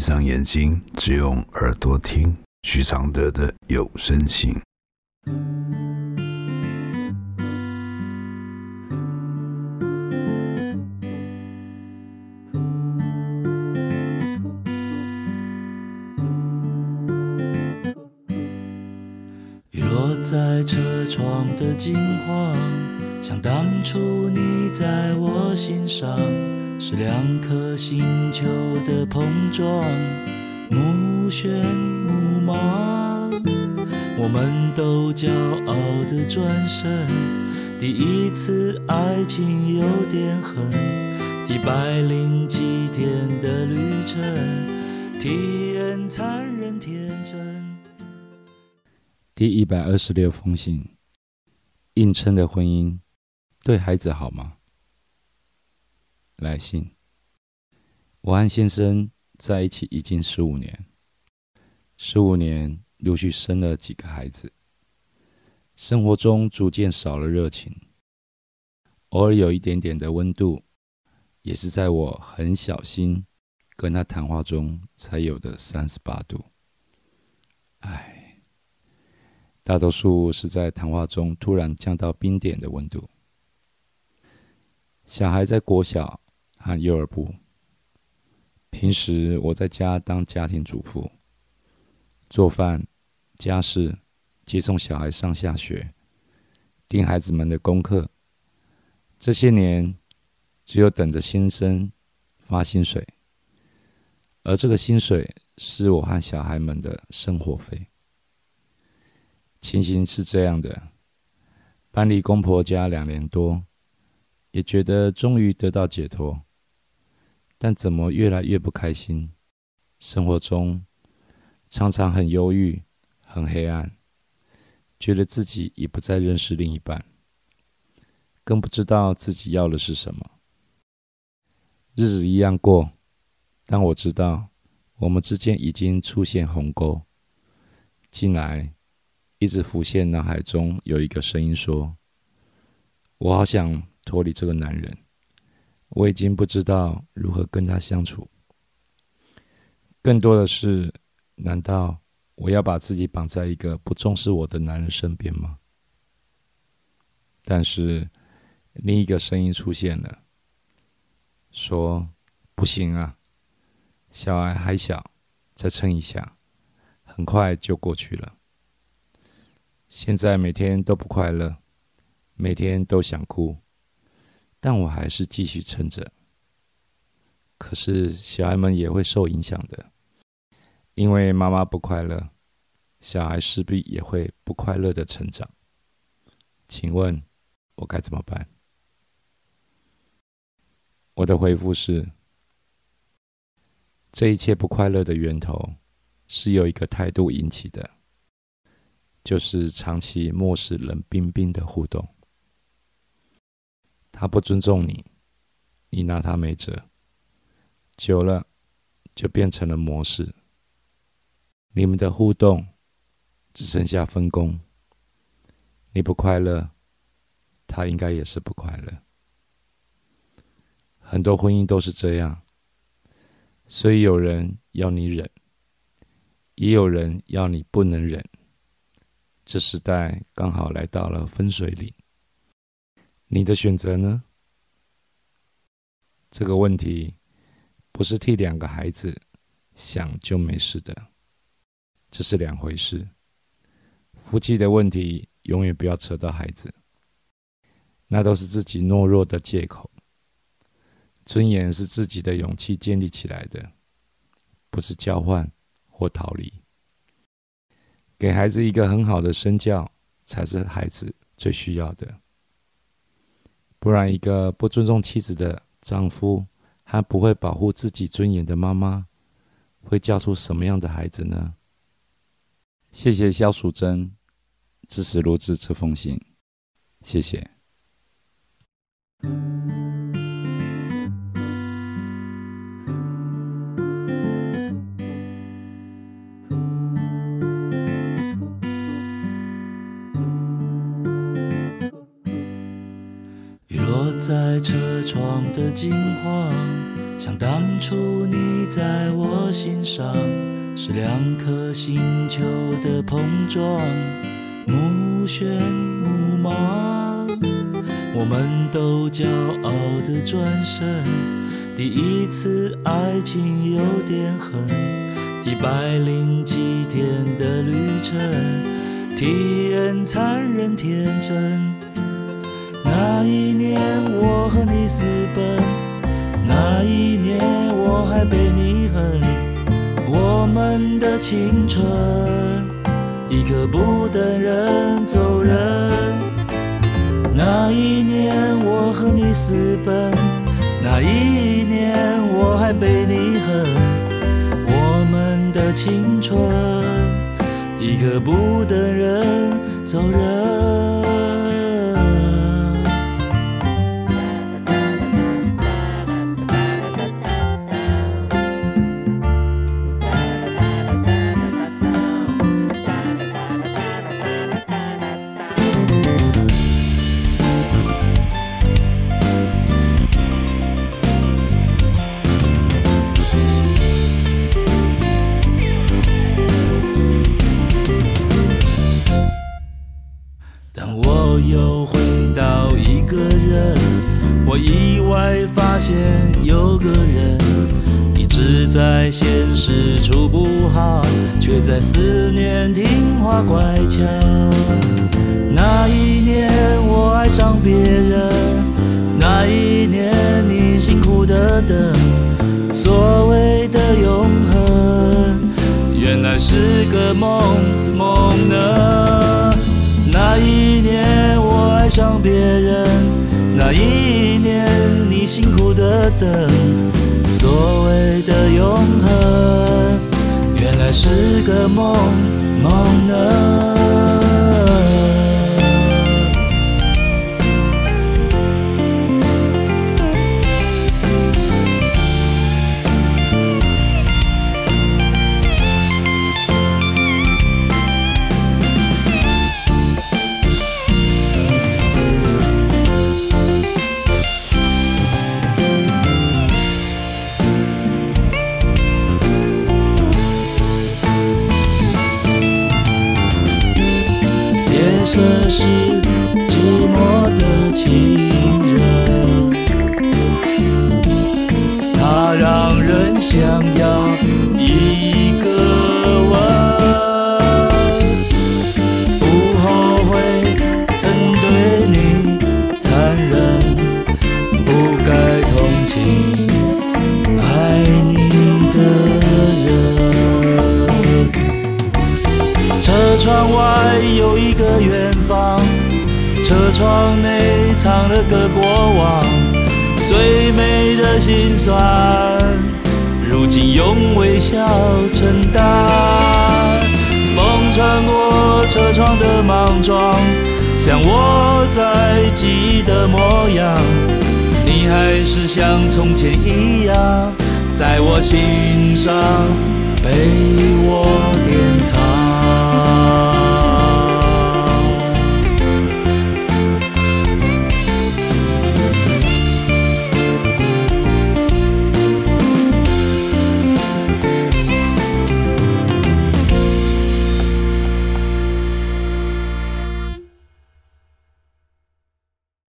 上眼睛，只用耳朵听许常德的有声信。 雨落在车窗的金黄，像当初你在我心上，是两颗星球的碰撞，目眩目盲。我们都骄傲地转身，第一次爱情有点狠，107天的旅程，体验残忍天真。 第126封信，硬撑的婚姻对孩子好吗？来信，我和先生在一起已经15年，15年陆续生了几个孩子，生活中逐渐少了热情，偶尔有一点点的温度，也是在我很小心跟他谈话中才有的38度。大多数是在谈话中突然降到冰点的温度。小孩在国小和幼儿部，平时我在家当家庭主妇，做饭、家事、接送小孩上下学、盯孩子们的功课。这些年只有等着先生发薪水，而这个薪水是我和小孩们的生活费。情形是这样的，搬离公婆家2年多，也觉得终于得到解脱，但怎么越来越不开心，生活中常常很忧郁，很黑暗，觉得自己已不再认识另一半，更不知道自己要的是什么。日子一样过，但我知道我们之间已经出现鸿沟。近来一直浮现脑海中有一个声音说，我好想脱离这个男人，我已经不知道如何跟他相处。更多的是，难道我要把自己绑在一个不重视我的男人身边吗？但是另一个声音出现了，说不行啊，小孩还小，再撑一下，很快就过去了。现在每天都不快乐，每天都想哭，但我还是继续撑着。可是小孩们也会受影响的，因为妈妈不快乐，小孩势必也会不快乐的成长。请问我该怎么办？我的回复是，这一切不快乐的源头是由一个态度引起的，就是长期漠视冷冰冰的互动。他不尊重你，你拿他没辙，久了就变成了模式。你们的互动只剩下分工，你不快乐，他应该也是不快乐。很多婚姻都是这样，所以有人要你忍，也有人要你不能忍。这时代刚好来到了分水岭，你的选择呢？这个问题不是替2个孩子想就没事的，这是2回事。夫妻的问题永远不要扯到孩子，那都是自己懦弱的借口。尊严是自己的勇气建立起来的，不是交换或逃离。给孩子一个很好的身教，才是孩子最需要的。不然，一个不尊重妻子的丈夫和不会保护自己尊严的妈妈，会教出什么样的孩子呢？谢谢萧淑珍支持录制这封信，谢谢。 雨落在车窗的金黄， 想当初你在我心上，是两颗星球的碰撞，目眩目盲，我们都骄傲地转身。第一次爱情有点狠，107天的旅程，体验残忍天真。那一年我和你私奔，那一年我还被你恨，我们的青春一刻不等人走人。那一年我和你私奔，那一年我还被你恨，我们的青春一刻不等人走人。当我又回到一个人，我意外发现有个人一直在现实处不好，却在思念听话乖巧。那一年我爱上别人，那一年你辛苦的等，所谓的永恒原来是个梦呢。那一年我爱上别人，那一年你辛苦的等，所谓的永恒原来是个梦呢。夜色是寂寞的情人，它让人想要一个吻，不后悔曾对你残忍，不该同情爱你的人。车窗外有一个远方，车窗内藏了个过往，最美的心酸，如今用微笑承担。风穿过车窗的莽撞，像我在记忆的模样，你还是像从前一样，在我心上被我典藏。